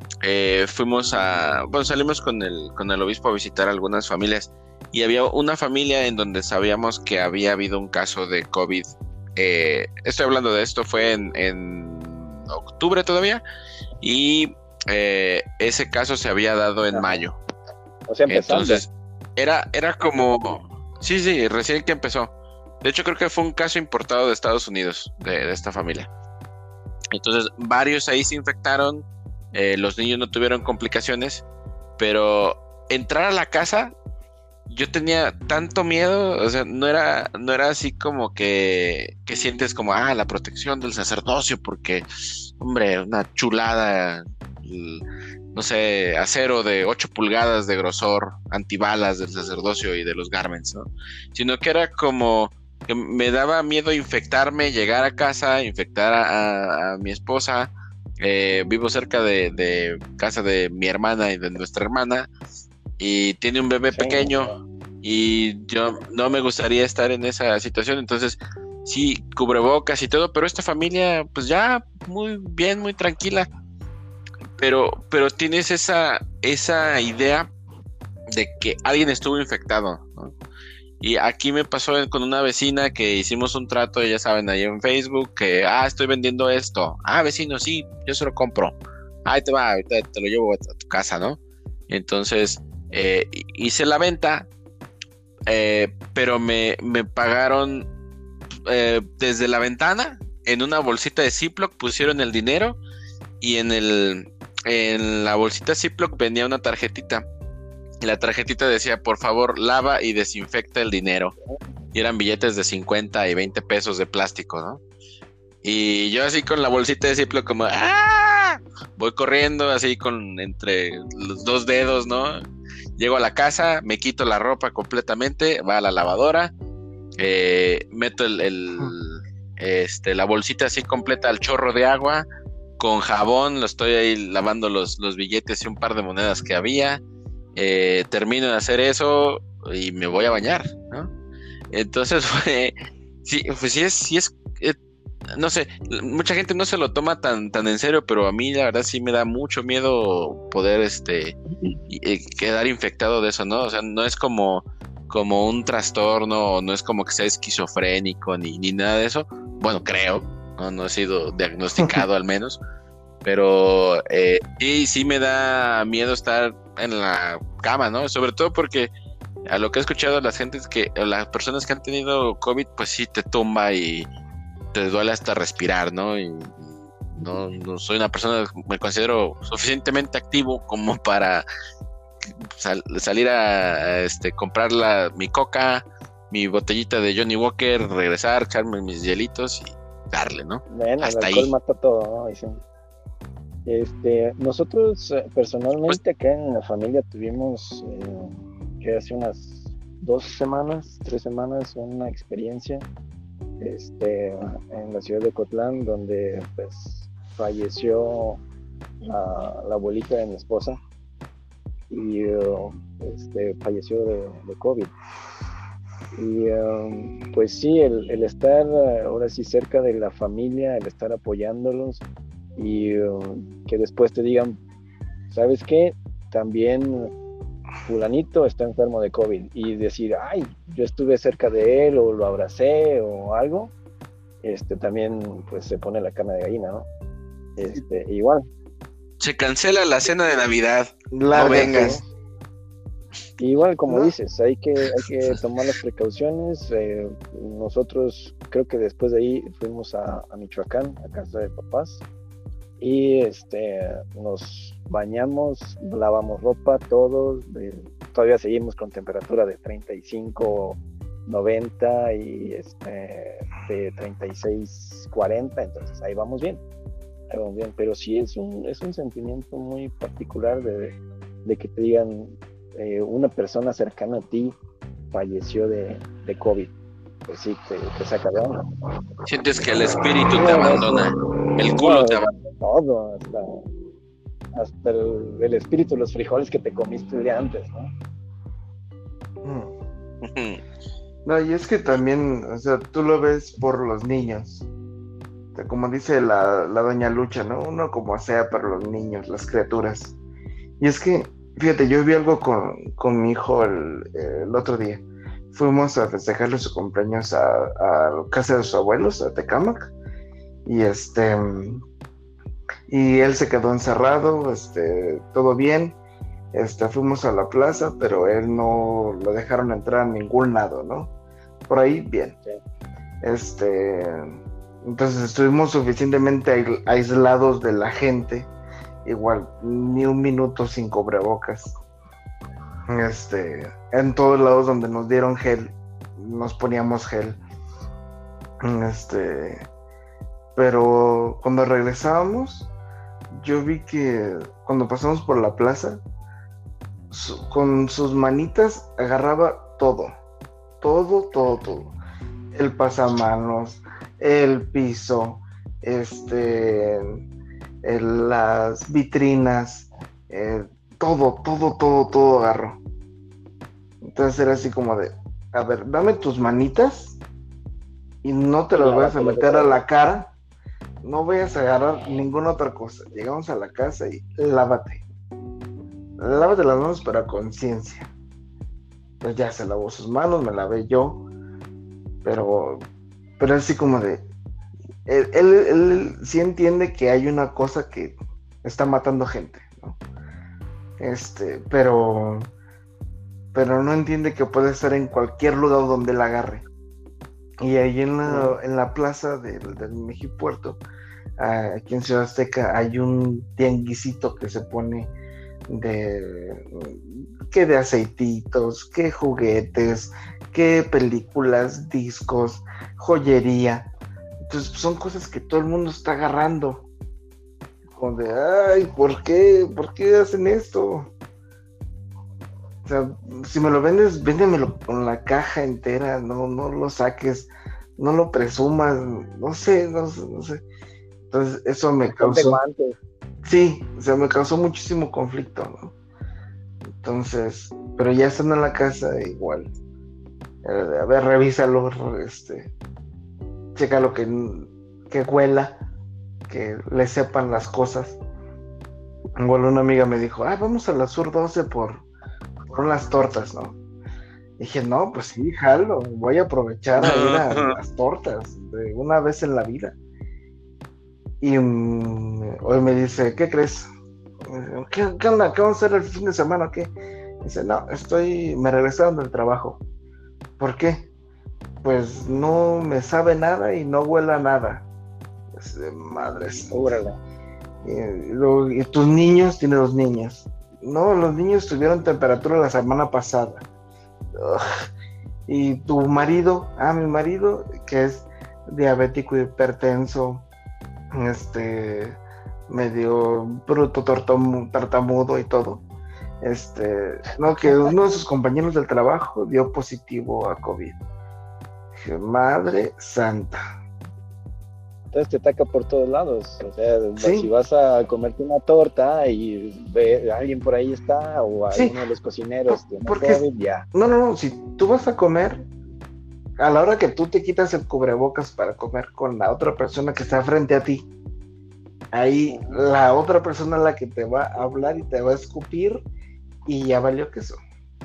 salimos con el obispo a visitar algunas familias y había una familia en donde sabíamos que había habido un caso de COVID. Estoy hablando de esto, fue en octubre todavía y ese caso se había dado en mayo. O sea, empezando. Entonces, era como... Sí, recién que empezó. De hecho, creo que fue un caso importado de Estados Unidos, de esta familia. Entonces, varios ahí se infectaron, los niños no tuvieron complicaciones, pero entrar a la casa, yo tenía tanto miedo, o sea, no era así como que sientes como, la protección del sacerdocio, porque, hombre, una chulada, no sé, acero de 8 pulgadas de grosor, antibalas del sacerdocio y de los Garments, ¿no? Sino que era como que me daba miedo infectarme, llegar a casa, infectar a mi esposa. Vivo cerca de casa de mi hermana y de nuestra hermana y tiene un bebé pequeño y yo no me gustaría estar en esa situación. Entonces sí, cubrebocas y todo, pero esta familia pues ya muy bien, muy tranquila. Pero tienes esa idea de que alguien estuvo infectado, ¿no? Y aquí me pasó con una vecina que hicimos un trato, ya saben, ahí en Facebook, que, estoy vendiendo esto. Vecino, sí, yo se lo compro. Ahí te va, ahorita te lo llevo a tu casa, ¿no? Entonces, hice la venta, pero me pagaron desde la ventana, en una bolsita de Ziploc pusieron el dinero y en la bolsita Ziploc venía una tarjetita. Y la tarjetita decía, por favor, lava y desinfecta el dinero. Y eran billetes de 50 y 20 pesos de plástico, ¿no? Y yo así con la bolsita de Ziploc como, voy corriendo así entre los 2 dedos, ¿no? Llego a la casa, me quito la ropa completamente, va a la lavadora, meto la bolsita así completa al chorro de agua, con jabón, lo estoy ahí lavando los billetes y un par de monedas que había. Termino de hacer eso y me voy a bañar, ¿no? Entonces sí es no sé, mucha gente no se lo toma tan en serio, pero a mí la verdad sí me da mucho miedo poder quedar infectado de eso, ¿no? O sea, no es como un trastorno, no es como que sea esquizofrénico ni nada de eso. Bueno, creo, no he sido diagnosticado al menos. Pero sí me da miedo estar en la cama, ¿no? Sobre todo porque a lo que he escuchado las personas que han tenido COVID, pues sí te tumba y te duele hasta respirar, ¿no? Y no soy una persona, me considero suficientemente activo como para salir a comprar mi coca, mi botellita de Johnny Walker, regresar, echarme mis hielitos y darle, ¿no? Bueno, hasta el alcohol ahí. mata todo, ¿no? Nosotros personalmente acá en la familia tuvimos que hace unas 3 semanas una experiencia en la ciudad de Cotlán, donde pues falleció la abuelita de mi esposa y falleció de COVID. Y pues sí, el estar ahora sí cerca de la familia, el estar apoyándolos y que después te digan, ¿sabes qué? También fulanito está enfermo de COVID y decir, ay, yo estuve cerca de él o lo abracé o algo, también pues se pone la carne de gallina, ¿no? Igual. Se cancela la cena de Navidad. No vengas. Igual, como dices, hay que tomar las precauciones. Nosotros creo que después de ahí fuimos a Michoacán, a casa de papás, y nos bañamos, lavamos ropa, todos. Todavía seguimos con temperatura de 35, 90 y de 36, 40, entonces ahí vamos bien. Pero sí es un sentimiento muy particular de que te digan una persona cercana a ti falleció de COVID. Pues sí, te saca de onda. Sientes que el espíritu te abandona, el culo te abandona. Todo, hasta el espíritu, los frijoles que te comiste el día antes, ¿no? No, y es que también, o sea, tú lo ves por los niños. O sea, como dice la doña Lucha, ¿no? Uno como sea para los niños, las criaturas. Y es que, fíjate, yo vi algo con mi hijo el otro día. Fuimos a festejarle su cumpleaños a casa de sus abuelos, a Tecámac. Y y él se quedó encerrado, todo bien. Fuimos a la plaza, pero él no lo dejaron entrar a ningún lado, ¿no? Por ahí, bien. Sí. Entonces estuvimos suficientemente aislados de la gente. Igual, ni un minuto sin cubrebocas. En todos lados donde nos dieron gel, nos poníamos gel. Pero cuando regresábamos, yo vi que cuando pasamos por la plaza, con sus manitas agarraba todo. El pasamanos, el piso, las vitrinas, todo agarró. Entonces era así como de, a ver, dame tus manitas y no te las vayas a meter a la cara, no vayas a agarrar ninguna otra cosa. Llegamos a la casa y lávate las manos, pero a conciencia. Pues ya se lavó sus manos, me lavé yo, pero así como de, él sí entiende que hay una cosa que está matando gente, ¿no? Pero no entiende que puede estar en cualquier lugar donde la agarre. Y ahí en la plaza del Mejipuerto, aquí en Ciudad Azteca, hay un tianguisito que se pone de aceititos, que juguetes, que películas, discos, joyería. Entonces son cosas que todo el mundo está agarrando. Como de, ay, ¿por qué hacen esto? O sea, si me lo vendes, véndemelo con la caja entera, no lo saques, no lo presumas, no sé. Entonces eso me causó, sí, o sea, me causó muchísimo conflicto, ¿no? Entonces, pero ya estando en la casa, igual, a ver, revísalo, checa lo que huela, que le sepan las cosas. Igual una amiga me dijo, vamos a la Sur 12 por unas tortas, ¿no? Dije, no, pues sí, jalo, voy a aprovechar a ir a las tortas de una vez en la vida. Y hoy me dice, ¿qué crees? ¿Qué onda? ¿Qué vamos a hacer el fin de semana o qué? Dice, no, me regresaron del trabajo. ¿Por qué? Pues no me sabe nada y no huele a nada. Madre santa. Y tus niños, tiene 2 niños. No, los niños tuvieron temperatura la semana pasada. Y tu marido, mi marido, que es diabético, hipertenso, medio bruto, tartamudo y todo. No, que uno de sus compañeros del trabajo dio positivo a COVID. Dije, madre santa. Entonces te ataca por todos lados. O sea, sí. Si vas a comerte una torta y alguien por ahí está, o alguno de los cocineros tiene COVID, ya. No, si tú vas a comer, a la hora que tú te quitas el cubrebocas para comer con la otra persona que está frente a ti, ahí la otra persona es la que te va a hablar y te va a escupir y ya valió queso.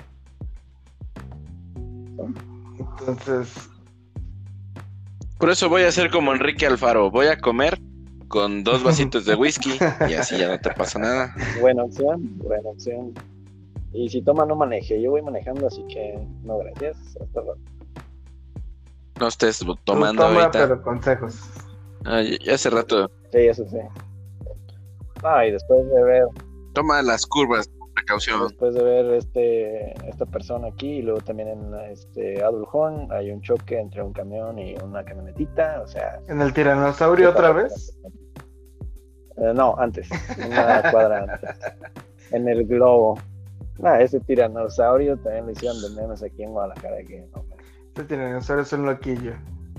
Entonces, Por eso voy a hacer como Enrique Alfaro. Voy a comer con 2 vasitos de whisky y así ya no te pasa nada. Buena opción, buena opción. Y si toma, no maneje. Yo voy manejando, así que no, gracias. Hasta luego. No estés tú tomando toma, ahorita. pero consejos. Ya hace rato. Sí, eso sí. Ah, y después de ver, Toma las curvas con precaución. esta persona aquí, y luego también en Adult Horn hay un choque entre un camión y una camionetita, o sea. ¿En el tiranosaurio otra vez? No, antes, una cuadra antes. En el globo. Ese tiranosaurio también le hicieron de memes aquí en Guadalajara. Que no, Este tiranosaurio es un loquillo.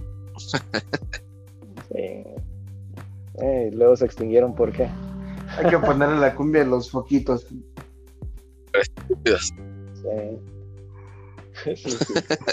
sí. Luego se extinguieron, ¿por qué? Hay que ponerle la cumbia de los foquitos. Dios. Sí. Sí.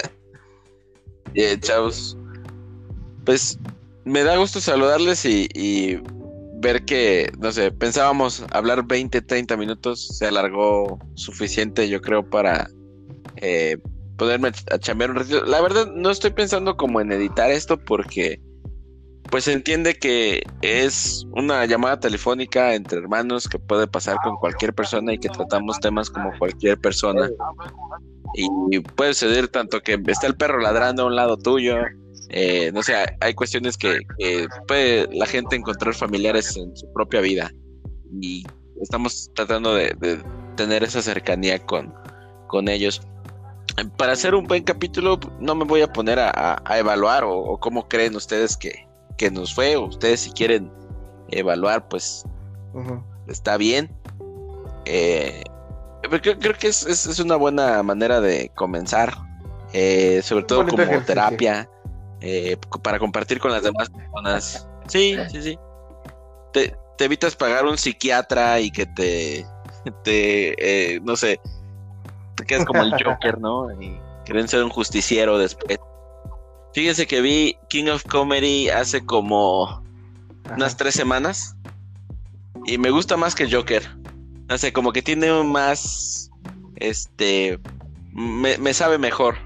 Chavos. Pues me da gusto saludarles y ver que, no sé, pensábamos hablar 20, 30 minutos. Se alargó suficiente, yo creo, para ponerme a chambear un ratito. La verdad, no estoy pensando como en editar esto porque pues se entiende que es una llamada telefónica entre hermanos que puede pasar con cualquier persona y que tratamos temas como cualquier persona. Y puede suceder tanto que está el perro ladrando a un lado tuyo. No sé, hay cuestiones que puede la gente encontrar familiares en su propia vida. Y estamos tratando de tener esa cercanía con ellos. Para hacer un buen capítulo, no me voy a poner a evaluar o cómo creen ustedes que nos fue, o ustedes si quieren evaluar, pues está bien. Creo que es una buena manera de comenzar, sobre todo como ejercicio. terapia, para compartir con las demás personas. Sí. Te evitas pagar un psiquiatra y que no sé, te quedas como el Joker, ¿no? Y quieren ser un justiciero después. Fíjense que vi King of Comedy hace como unas 3 semanas y me gusta más que Joker. No sé, como que tiene más, me sabe mejor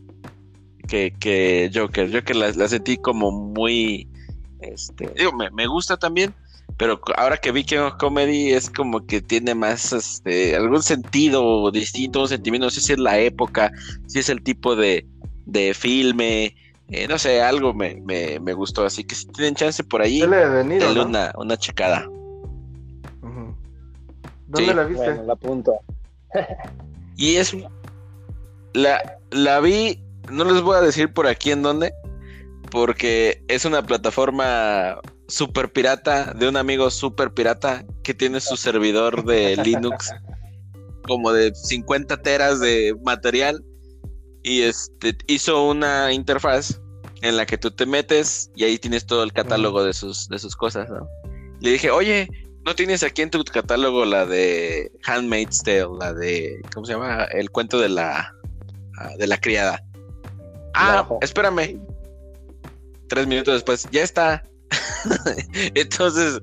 que Joker. Joker la sentí como muy, digo, me gusta también, pero ahora que vi King of Comedy es como que tiene más, algún sentido distinto, un sentimiento. No sé si es la época, si es el tipo de filme. No sé, algo me gustó, así que si tienen chance por ahí, denle ¿no? una checada. ¿Dónde la viste? Bueno, la apunto. Y la vi, no les voy a decir por aquí en dónde, porque es una plataforma super pirata de un amigo super pirata que tiene su servidor de Linux como de 50 teras de material. Y hizo una interfaz en la que tú te metes y ahí tienes todo el catálogo de sus cosas, ¿no? Le dije, oye, ¿no tienes aquí en tu catálogo la de Handmaid's Tale, la de, ¿cómo se llama? El cuento de la criada. Espérame. 3 minutos después, ya está. Entonces,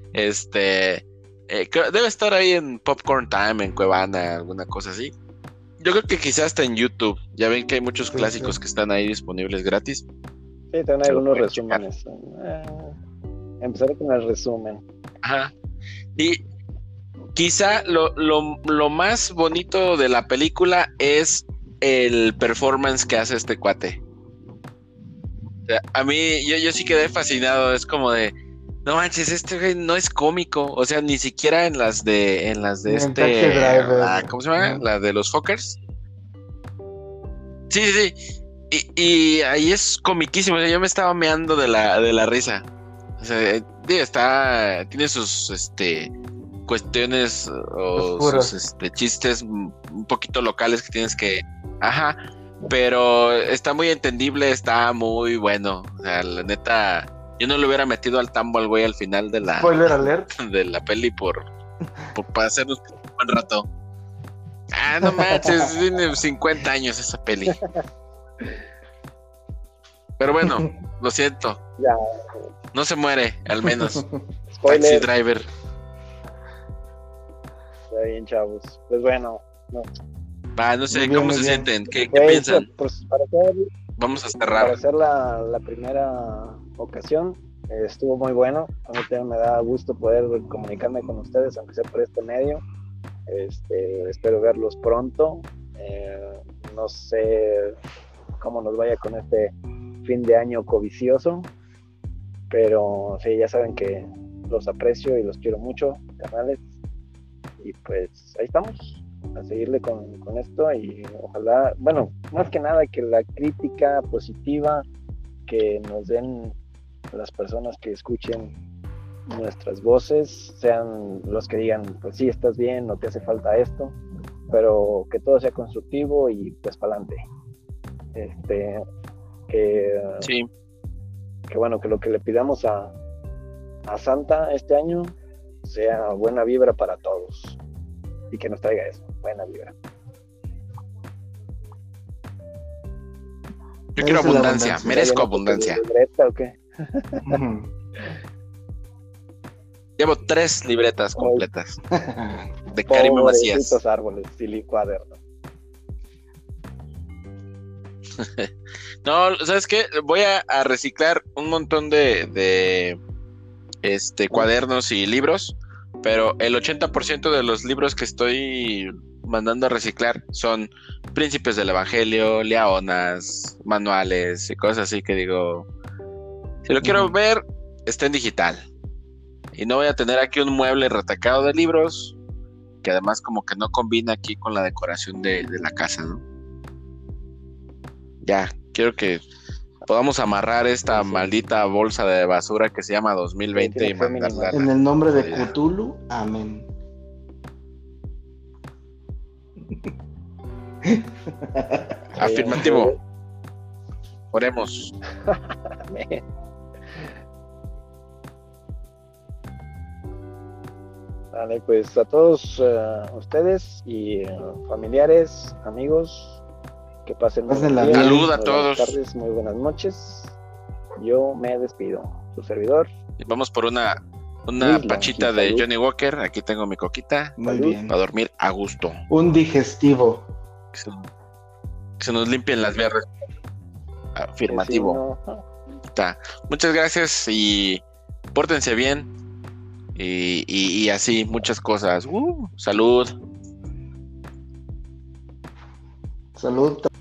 debe estar ahí en Popcorn Time, en Cuevana, alguna cosa así. Yo creo que quizás hasta en YouTube. Ya ven que hay muchos clásicos que están ahí disponibles gratis. Sí, tengo algunos resúmenes. Empezaré con el resumen. Ajá. Y quizá lo más bonito de la película es el performance que hace este cuate. O sea, a mí, yo sí quedé fascinado. Es como de, no manches, este güey no es cómico. O sea, ni siquiera en las de ¿cómo se llama? La de los fuckers. Sí. Y ahí es comiquísimo. O sea, yo me estaba meando de la risa. O sea, tiene sus cuestiones o oscuros. sus chistes un poquito locales que tienes que. Ajá. Pero está muy entendible, está muy bueno. O sea, la neta. Yo no le hubiera metido al tambo al güey al final de la. Spoiler alert. De la peli por pasarnos un buen rato. No manches, tiene 50 años esa peli. Pero bueno, lo siento. Ya. No se muere, al menos. Spoiler. Taxi Driver. Está bien, chavos. Pues bueno, No sé, Muy bien, ¿cómo muy se bien. sienten? ¿Qué Pues, piensan? pues, Vamos a para cerrar. hacer la primera ocasión, estuvo muy bueno. A mí también me da gusto poder comunicarme con ustedes, aunque sea por este medio. Espero verlos pronto. No sé cómo nos vaya con este fin de año codicioso, pero sí, ya saben que los aprecio y los quiero mucho, canales. Y pues ahí estamos, a seguirle con esto y ojalá, bueno, más que nada que la crítica positiva que nos den las personas que escuchen nuestras voces sean los que digan, pues sí, estás bien, no te hace falta esto, pero que todo sea constructivo y pues para adelante. Que, Sí, que bueno, que lo que le pidamos a Santa este año sea buena vibra para todos y que nos traiga eso, buena vibra. yo quiero Merece la abundancia, abundancia. merezco ¿Ya llenaste abundancia. tu libreta o qué? Ujú. Llevo 3 libretas completas de Karime Macías. Pobrecitos árboles y cuadernos. No, ¿sabes qué? Voy a reciclar un montón de cuadernos y libros, pero el 80% de los libros que estoy mandando a reciclar son Príncipes del Evangelio, Leonas, manuales y cosas así que digo, si lo quiero ver, está en digital. Y no voy a tener aquí un mueble retacado de libros, que además como que no combina aquí con la decoración de la casa, ¿no? Ya, quiero que podamos amarrar esta Sí. maldita bolsa de basura que se llama 2020 Tiene y que ser mandarla a En la... el nombre de realidad. Cthulhu, amén. Afirmativo. Oremos. Vale, pues a todos ustedes y familiares, amigos, que pasen muy Pásenla buenos días, bien. Salud a muy buenas todos. tardes, muy buenas noches. Yo me despido. Su servidor, Y vamos por una Luis pachita Longi, de salud. Johnny Walker. Aquí tengo mi coquita Muy Salud. bien. para dormir a gusto. Un digestivo. Que se nos limpien las vías. Afirmativo. Que si no- Está. Muchas gracias y pórtense bien. Y así, muchas cosas. Salud. Salud.